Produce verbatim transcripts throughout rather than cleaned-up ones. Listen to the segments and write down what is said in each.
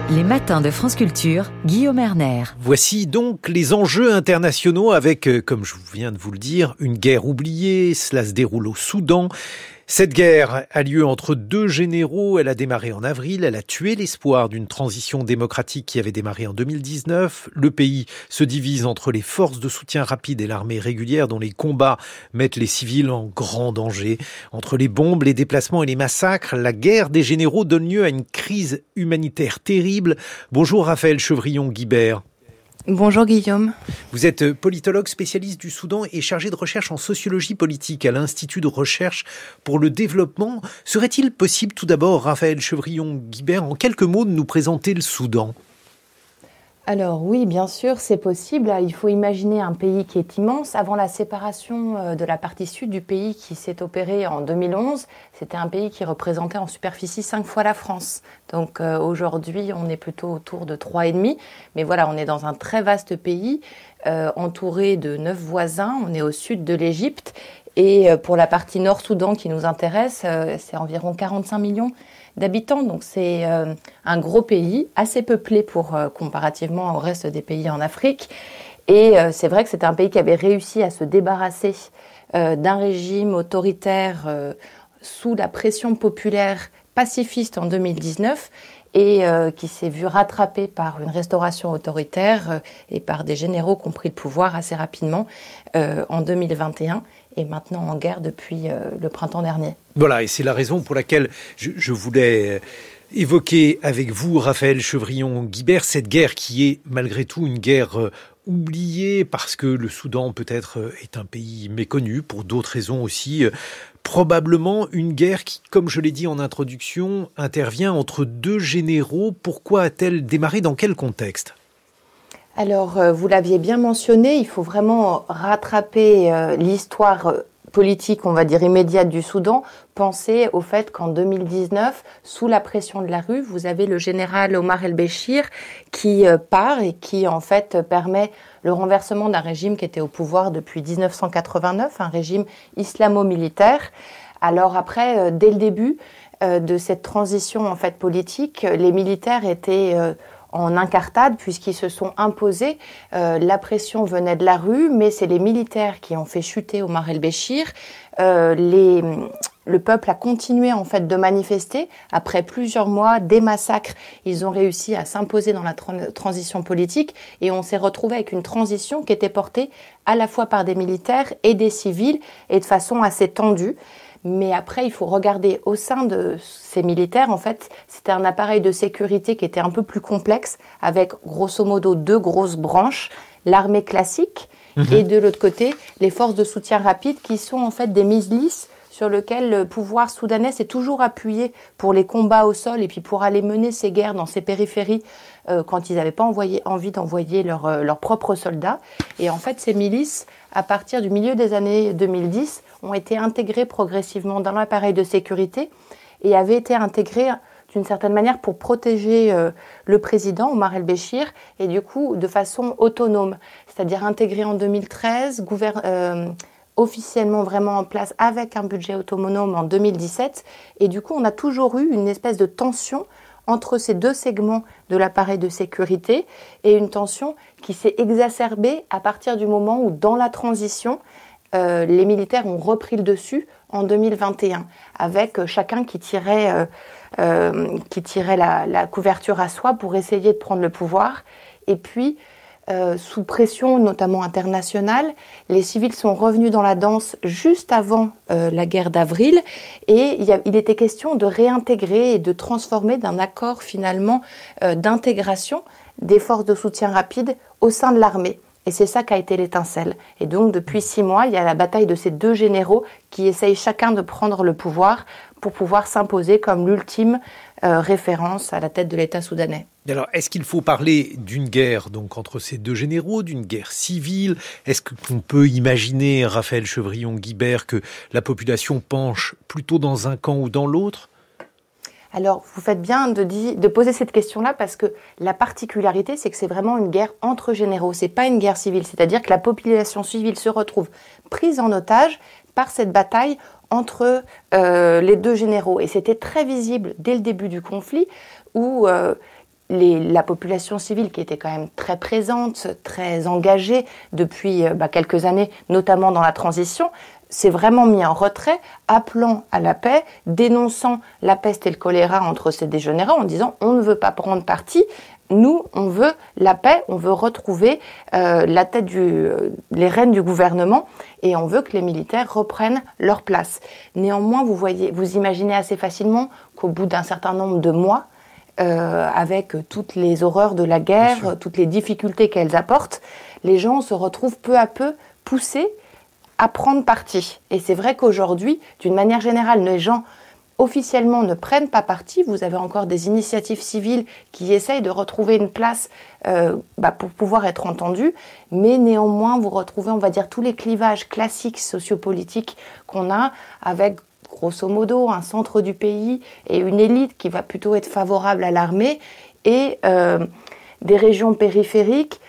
Les matins de France Culture, Guillaume Erner. Voici donc les enjeux internationaux avec, comme je viens de vous le dire, une guerre oubliée. Cela se déroule au Soudan. Cette guerre a lieu entre deux généraux. Elle a démarré en avril. Elle a tué l'espoir d'une transition démocratique qui avait démarré en deux mille dix-neuf. Le pays se divise entre les forces de soutien rapide et l'armée régulière dont les combats mettent les civils en grand danger. Entre les bombes, les déplacements et les massacres, la guerre des généraux donne lieu à une crise humanitaire terrible. Bonjour Raphaël Chevrillon-Guibert. Bonjour Guillaume. Vous êtes politologue spécialiste du Soudan et chargé de recherche en sociologie politique à l'Institut de recherche pour le développement. Serait-il possible tout d'abord, Raphaël Chevrillon-Guibert, en quelques mots de nous présenter le Soudan ? Alors oui, bien sûr, c'est possible. Il faut imaginer un pays qui est immense. Avant la séparation de la partie sud du pays qui s'est opérée en deux mille onze, c'était un pays qui représentait en superficie cinq fois la France. Donc euh, aujourd'hui, on est plutôt autour de trois virgule cinq. Mais voilà, on est dans un très vaste pays, euh, entouré de neuf voisins. On est au sud de l'Égypte. Et pour la partie nord-Soudan qui nous intéresse, euh, c'est environ quarante-cinq millions d'habitants. Donc c'est euh, un gros pays, assez peuplé pour euh, comparativement au reste des pays en Afrique. Et euh, c'est vrai que c'était un pays qui avait réussi à se débarrasser euh, d'un régime autoritaire euh, sous la pression populaire pacifiste en deux mille dix-neuf et euh, qui s'est vu rattrapé par une restauration autoritaire euh, et par des généraux qui ont pris le pouvoir assez rapidement euh, en deux mille vingt et un et maintenant en guerre depuis euh, le printemps dernier. Voilà, et c'est la raison pour laquelle je, je voulais évoquer avec vous, Raphaël Chevrillon-Guibert, cette guerre qui est malgré tout une guerre euh, oubliée parce que le Soudan peut-être euh, est un pays méconnu, pour d'autres raisons aussi. Euh, probablement une guerre qui, comme je l'ai dit en introduction, intervient entre deux généraux. Pourquoi a-t-elle démarré ? Dans quel contexte ? Alors, euh, vous l'aviez bien mentionné, il faut vraiment rattraper euh, l'histoire euh, politique, on va dire, immédiate du Soudan. Pensez au fait qu'en deux mille dix-neuf, sous la pression de la rue, vous avez le général Omar el-Béchir qui euh, part et qui, en fait, permet le renversement d'un régime qui était au pouvoir depuis dix-neuf cent quatre-vingt-neuf, un régime islamo-militaire. Alors après, euh, dès le début euh, de cette transition, en fait, politique, les militaires étaient Euh, en incartade puisqu'ils se sont imposés. Euh, la pression venait de la rue, mais c'est les militaires qui ont fait chuter Omar el-Béchir. Euh, les, le peuple a continué en fait de manifester. Après plusieurs mois, des massacres, ils ont réussi à s'imposer dans la tra- transition politique et on s'est retrouvé avec une transition qui était portée à la fois par des militaires et des civils et de façon assez tendue. Mais après, il faut regarder au sein de ces militaires, en fait, c'était un appareil de sécurité qui était un peu plus complexe, avec grosso modo deux grosses branches, l'armée classique mmh. et de l'autre côté, les forces de soutien rapide qui sont en fait des milices sur lesquelles le pouvoir soudanais s'est toujours appuyé pour les combats au sol et puis pour aller mener ces guerres dans ces périphéries euh, quand ils n'avaient pas envoyé, envie d'envoyer leurs euh, leurs propres soldats. Et en fait, ces milices, à partir du milieu des années deux mille dix, ont été intégrées progressivement dans l'appareil de sécurité et avaient été intégrées d'une certaine manière pour protéger euh, le président Omar el-Béchir et du coup de façon autonome, c'est-à-dire intégrées en deux mille treize, gouver- euh, officiellement vraiment en place avec un budget autonome en deux mille dix-sept et du coup on a toujours eu une espèce de tension entre ces deux segments de l'appareil de sécurité et une tension qui s'est exacerbée à partir du moment où dans la transition Euh, les militaires ont repris le dessus en deux mille vingt et un, avec euh, chacun qui tirait, euh, euh, qui tirait la, la couverture à soi pour essayer de prendre le pouvoir. Et puis, euh, sous pression notamment internationale, les civils sont revenus dans la danse juste avant euh, la guerre d'avril. Et il, y a, il était question de réintégrer et de transformer d'un accord finalement euh, d'intégration des forces de soutien rapide au sein de l'armée. Et c'est ça qu'a été l'étincelle. Et donc, depuis six mois, il y a la bataille de ces deux généraux qui essayent chacun de prendre le pouvoir pour pouvoir s'imposer comme l'ultime euh, référence à la tête de l'État soudanais. Alors, est-ce qu'il faut parler d'une guerre donc entre ces deux généraux, d'une guerre civile ? Est-ce qu'on peut imaginer, Raphaël Chevrillon-Guibert, que la population penche plutôt dans un camp ou dans l'autre ? Alors, vous faites bien de, dire, de poser cette question-là parce que la particularité, c'est que c'est vraiment une guerre entre généraux. C'est pas une guerre civile, c'est-à-dire que la population civile se retrouve prise en otage par cette bataille entre euh, les deux généraux. Et c'était très visible dès le début du conflit où euh, les, la population civile qui était quand même très présente, très engagée depuis euh, bah, quelques années, notamment dans la transition, s'est vraiment mis en retrait, appelant à la paix, dénonçant la peste et le choléra entre ces deux généraux en disant « on ne veut pas prendre parti ». Nous, on veut la paix, on veut retrouver euh, la tête du, euh, les rênes du gouvernement et on veut que les militaires reprennent leur place. Néanmoins, vous voyez, vous imaginez assez facilement qu'au bout d'un certain nombre de mois, euh, avec toutes les horreurs de la guerre, toutes les difficultés qu'elles apportent, les gens se retrouvent peu à peu poussés à prendre parti. Et c'est vrai qu'aujourd'hui, d'une manière générale, les gens officiellement ne prennent pas parti. Vous avez encore des initiatives civiles qui essayent de retrouver une place euh, bah, pour pouvoir être entendus, mais néanmoins vous retrouvez, on va dire, tous les clivages classiques sociopolitiques qu'on a avec grosso modo un centre du pays et une élite qui va plutôt être favorable à l'armée et euh, des régions périphériques,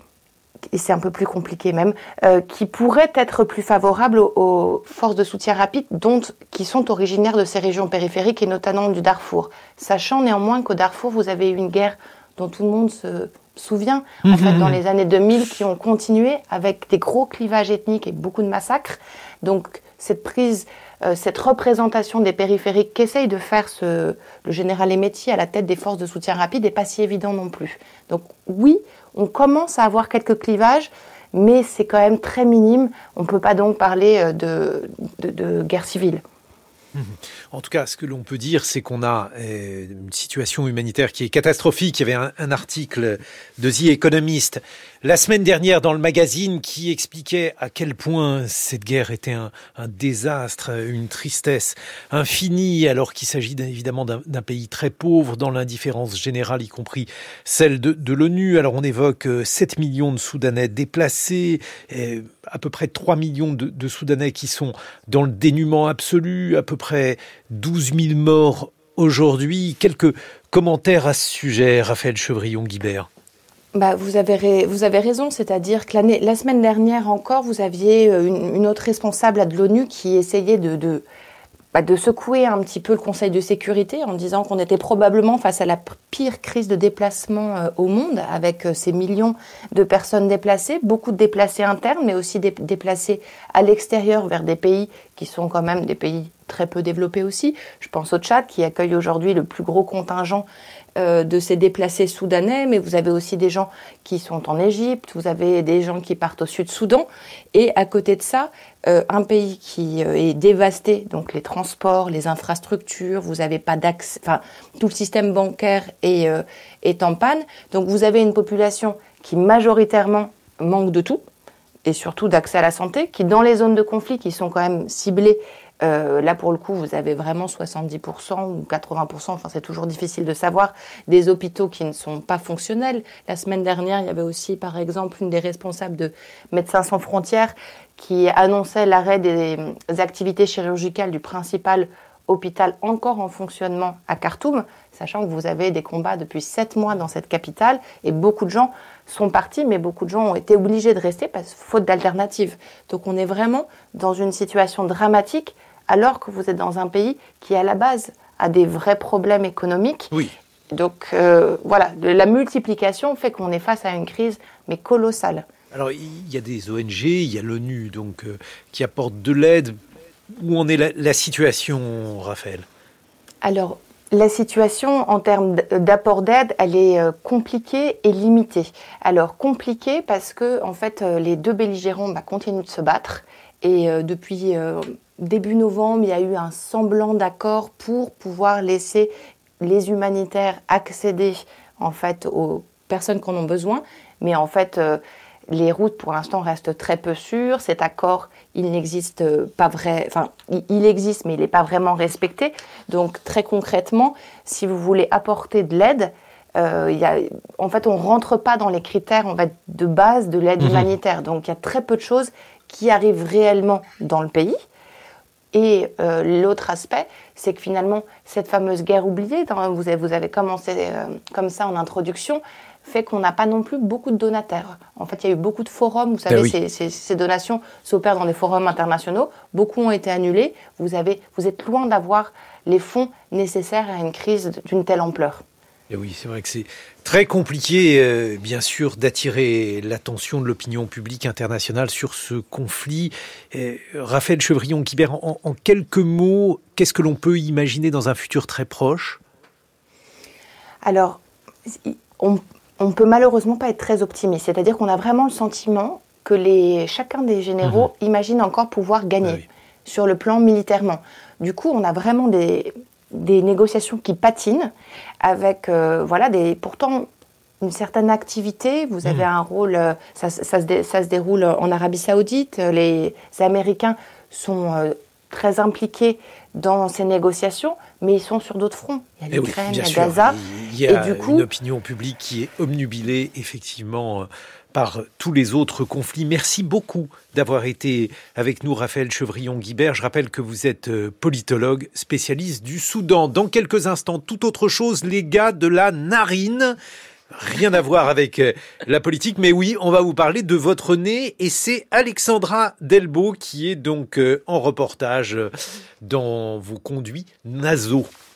et c'est un peu plus compliqué même, euh, qui pourraient être plus favorables aux, aux forces de soutien rapide dont, qui sont originaires de ces régions périphériques et notamment du Darfour. Sachant néanmoins qu'au Darfour, vous avez eu une guerre dont tout le monde se souvient, en fait, dans les années deux mille, qui ont continué avec des gros clivages ethniques et beaucoup de massacres. Donc, cette prise, euh, cette représentation des périphériques qu'essaye de faire ce, le général Emeti à la tête des forces de soutien rapide n'est pas si évident non plus. Donc, oui, on commence à avoir quelques clivages, mais c'est quand même très minime. On ne peut pas donc parler de, de, de guerre civile. En tout cas, ce que l'on peut dire, c'est qu'on a euh, une situation humanitaire qui est catastrophique. Il y avait un, un article de The Economist la semaine dernière dans le magazine qui expliquait à quel point cette guerre était un, un désastre, une tristesse infinie, alors qu'il s'agit évidemment d'un, d'un pays très pauvre, dans l'indifférence générale, y compris celle de, de l'ONU. Alors on évoque sept millions de Soudanais déplacés, et à peu près trois millions de, de Soudanais qui sont dans le dénuement absolu, à peu près douze mille morts aujourd'hui. Quelques commentaires à ce sujet, Raphaël Chevrillon-Guibert. Bah, vous avez, vous avez raison, c'est-à-dire que l'année, la semaine dernière encore, vous aviez une, une autre responsable de l'ONU qui essayait de, de, bah, de secouer un petit peu le Conseil de sécurité en disant qu'on était probablement face à la pire crise de déplacement euh, au monde, avec euh, ces millions de personnes déplacées, beaucoup de déplacés internes, mais aussi des déplacés à l'extérieur vers des pays qui sont quand même des pays très peu développés aussi. Je pense au Tchad qui accueille aujourd'hui le plus gros contingent Euh, de ces déplacés soudanais, mais vous avez aussi des gens qui sont en Égypte, vous avez des gens qui partent au Sud-Soudan, et à côté de ça, euh, un pays qui euh, est dévasté, donc les transports, les infrastructures, vous n'avez pas d'accès, enfin tout le système bancaire est, euh, est en panne, donc vous avez une population qui majoritairement manque de tout, et surtout d'accès à la santé, qui dans les zones de conflit qui sont quand même ciblées, Euh, là, pour le coup, vous avez vraiment soixante-dix pour cent ou quatre-vingts pour cent, enfin c'est toujours difficile de savoir, des hôpitaux qui ne sont pas fonctionnels. La semaine dernière, il y avait aussi, par exemple, une des responsables de Médecins sans frontières qui annonçait l'arrêt des activités chirurgicales du principal hôpital encore en fonctionnement à Khartoum, sachant que vous avez des combats depuis sept mois dans cette capitale et beaucoup de gens sont partis, mais beaucoup de gens ont été obligés de rester parce faute d'alternative. Donc on est vraiment dans une situation dramatique alors que vous êtes dans un pays qui, à la base, a des vrais problèmes économiques. Oui. Donc, euh, voilà, la multiplication fait qu'on est face à une crise, mais colossale. Alors, il y a des O N G, il y a l'ONU, donc, euh, qui apportent de l'aide. Où en est la, la situation, Raphaël ? Alors, la situation en termes d'apport d'aide, elle est compliquée et limitée. Alors, compliquée parce que, en fait, les deux belligérants bah, continuent de se battre. Et euh, depuis euh, début novembre, il y a eu un semblant d'accord pour pouvoir laisser les humanitaires accéder en fait aux personnes qui en ont besoin. Mais en fait, euh, les routes pour l'instant restent très peu sûres. Cet accord, il n'existe pas vrai. Enfin, il, il existe, mais il n'est pas vraiment respecté. Donc très concrètement, si vous voulez apporter de l'aide, euh, il y a, en fait, on rentre pas dans les critères en fait, de base de l'aide mmh. humanitaire. Donc il y a très peu de choses qui arrivent réellement dans le pays. Et euh, l'autre aspect, c'est que finalement, cette fameuse guerre oubliée, dans, vous, avez, vous avez commencé euh, comme ça en introduction, fait qu'on n'a pas non plus beaucoup de donataires. En fait, il y a eu beaucoup de forums, vous savez, ben oui. ces, ces, ces donations s'opèrent dans des forums internationaux, beaucoup ont été annulés, vous, avez, vous êtes loin d'avoir les fonds nécessaires à une crise d'une telle ampleur. Et oui, c'est vrai que c'est très compliqué, euh, bien sûr, d'attirer l'attention de l'opinion publique internationale sur ce conflit. Euh, Raphaël Chevrillon-Guibert, en, en quelques mots, qu'est-ce que l'on peut imaginer dans un futur très proche ? Alors, on ne peut malheureusement pas être très optimiste. C'est-à-dire qu'on a vraiment le sentiment que les, chacun des généraux mmh. imagine encore pouvoir gagner ah oui. sur le plan militairement. Du coup, on a vraiment des... des négociations qui patinent avec euh, voilà des pourtant une certaine activité. Vous avez mmh. un rôle, euh, ça, ça, se dé, ça se déroule en Arabie Saoudite. Les Américains sont euh, très impliqués dans ces négociations, mais ils sont sur d'autres fronts. Il y a l'Ukraine, oui, il y a sûr. Gaza. Il y a et du coup, une opinion publique qui est obnubilée, effectivement, par tous les autres conflits. Merci beaucoup d'avoir été avec nous, Raphaël Chevrillon-Guibert. Je rappelle que vous êtes politologue, spécialiste du Soudan. Dans quelques instants, tout autre chose, les gars de la narine. Rien à voir avec la politique, mais oui, on va vous parler de votre nez et c'est Alexandra Delbo qui est donc en reportage dans vos conduits nasaux.